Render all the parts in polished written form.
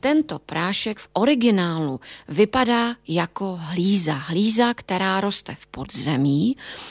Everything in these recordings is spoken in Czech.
tento prášek v originálu vypadá jako hlíza, která roste v podzemí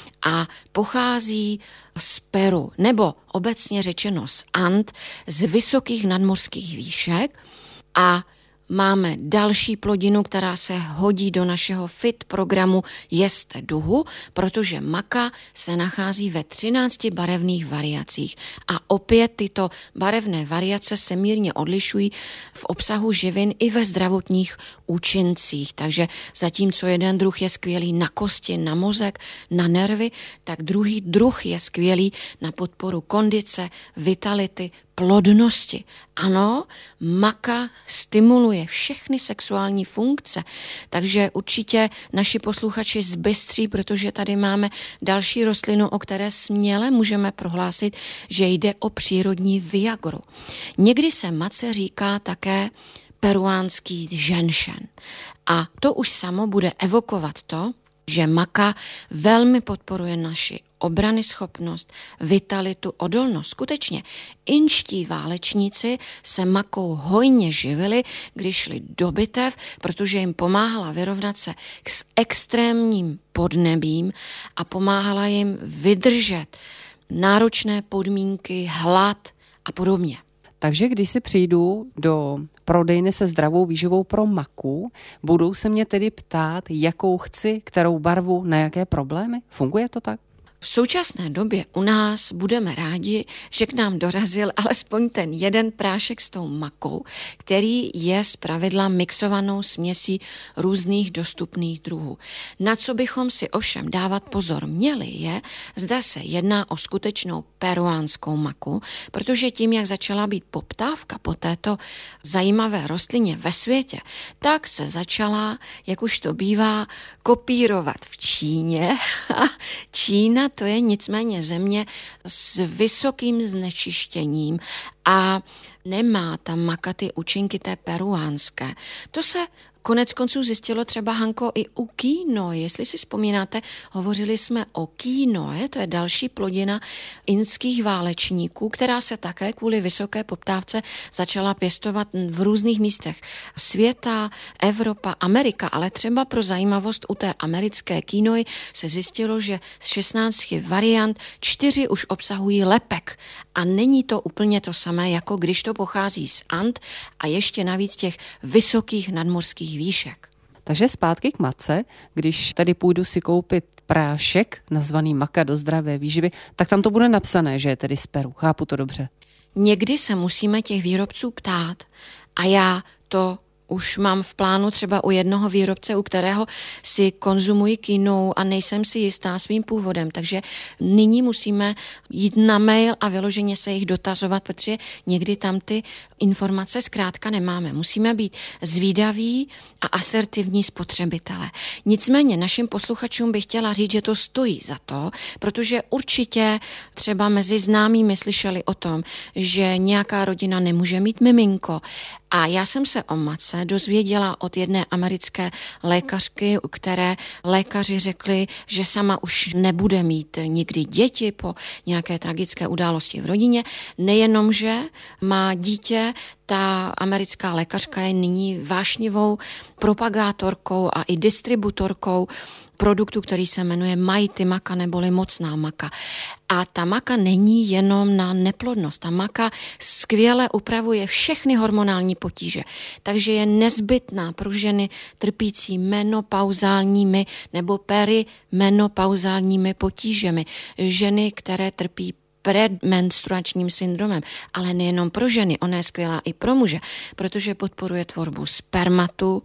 a pochází z Peru, nebo obecně řečeno z And, z vysokých nadmořských výšek. A máme další plodinu, která se hodí do našeho FIT programu Jeste duhu, protože maka se nachází ve 13 barevných variacích. A opět tyto barevné variace se mírně odlišují v obsahu živin i ve zdravotních účincích. Takže zatímco jeden druh je skvělý na kosti, na mozek, na nervy, tak druhý druh je skvělý na podporu kondice, vitality, plodnosti. Ano, maka stimuluje všechny sexuální funkce, takže určitě naši posluchači zbystří, protože tady máme další rostlinu, o které směle můžeme prohlásit, že jde o přírodní viagru. Někdy se mace říká také peruánský ženšen. A to už samo bude evokovat to, že maka velmi podporuje naši obranyschopnost, vitalitu, odolnost. Skutečně, inští válečníci se makou hojně živili, když šli do bitev, protože jim pomáhala vyrovnat se s extrémním podnebím a pomáhala jim vydržet náročné podmínky, hlad a podobně. Takže když si přijdu do prodejny se zdravou výživou pro maku, budou se mě tedy ptát, jakou chci, kterou barvu, na jaké problémy? Funguje to tak? V současné době u nás budeme rádi, že k nám dorazil alespoň ten jeden prášek s tou makou, který je zpravidla mixovanou směsí různých dostupných druhů. Na co bychom si ovšem dávat pozor měli je, zda se jedná o skutečnou peruánskou maku, protože tím, jak začala být poptávka po této zajímavé rostlině ve světě, tak se začala, jak už to bývá, kopírovat v Číně. A Čína to je nicméně země s vysokým znečištěním a nemá tam maka ty účinky té peruánské. To se konec konců zjistilo třeba, Hanko, i u quinoy. Jestli si vzpomínáte, hovořili jsme o quinoy, to je další plodina indských válečníků, která se také kvůli vysoké poptávce začala pěstovat v různých místech světa, Evropa, Amerika, ale třeba pro zajímavost u té americké quinoy se zjistilo, že z 16 variant 4 už obsahují lepek a není to úplně to samé, jako když to pochází z And a ještě navíc těch vysokých nadmořských výšek. Takže zpátky k mace, když tady půjdu si koupit prášek nazvaný maka do zdravé výživy, tak tam to bude napsané, že je tedy z Peru. Chápu to dobře? Někdy se musíme těch výrobců ptát a já to už mám v plánu třeba u jednoho výrobce, u kterého si konzumuji quinoa a nejsem si jistá svým původem. Takže nyní musíme jít na mail a vyloženě se jich dotazovat, protože někdy tam ty informace zkrátka nemáme. Musíme být zvídaví a asertivní spotřebitelé. Nicméně našim posluchačům bych chtěla říct, že to stojí za to, protože určitě třeba mezi známými slyšeli o tom, že nějaká rodina nemůže mít miminko. A já jsem se o mace dozvěděla od jedné americké lékařky, u které lékaři řekli, že sama už nebude mít nikdy děti po nějaké tragické události v rodině. Nejenom, že má dítě, ta americká lékařka je nyní vášnivou propagátorkou a i distributorkou produktu, který se jmenuje Mighty Maka neboli mocná maka. A ta maka není jenom na neplodnost. Ta maka skvěle upravuje všechny hormonální potíže. Takže je nezbytná pro ženy trpící menopauzálními nebo perimenopauzálními potížemi. Ženy, které trpí predmenstruačním syndromem. Ale nejenom pro ženy, ona je skvělá i pro muže, protože podporuje tvorbu spermatu,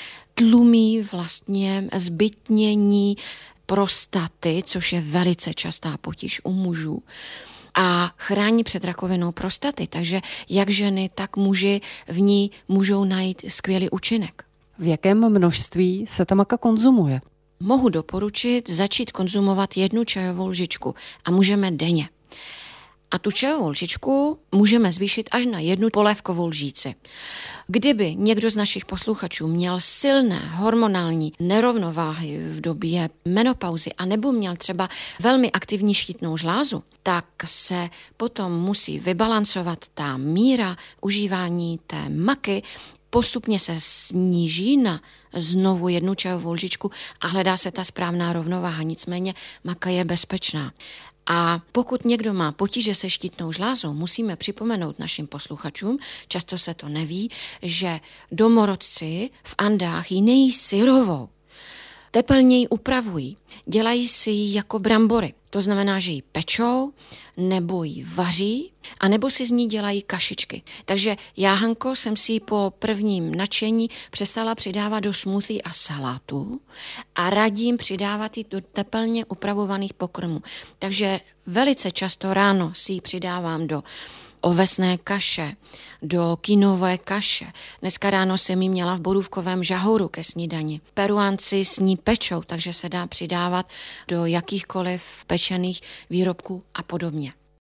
tlumí vlastně zbytnění prostaty, což je velice častá potíž u mužů, a chrání před rakovinou prostaty. Takže jak ženy, tak muži v ní můžou najít skvělý účinek. V jakém množství se ta maka konzumuje? Mohu doporučit začít konzumovat 1 čajovou lžičku a můžeme denně. A tu čajovou lžičku můžeme zvýšit až na 1 polévkovou lžíci. Kdyby někdo z našich posluchačů měl silné hormonální nerovnováhy v době menopauzy a nebo měl třeba velmi aktivní štítnou žlázu, tak se potom musí vybalancovat ta míra užívání té maky postupně se sníží na znovu 1 čajovou lžičku a hledá se ta správná rovnováha. Nicméně maka je bezpečná. A pokud někdo má potíže se štítnou žlázou, musíme připomenout našim posluchačům, často se to neví, že domorodci v Andách ji nejí syrovou. Tepelně ji upravují, dělají si ji jako brambory. To znamená, že ji pečou, nebo ji vaří, anebo si z ní dělají kašičky. Takže já, Hanko, jsem si ji po prvním nadšení přestala přidávat do smoothie a salátu a radím přidávat ji do tepelně upravovaných pokrmů. Takže velice často ráno si ji přidávám do ovesné kaše, do kínové kaše. Dneska ráno jsem ji měla v borůvkovém žahouru ke snídani. Peruánci s ní pečou, takže se dá přidávat do jakýchkoliv pečených výrobků a podobně.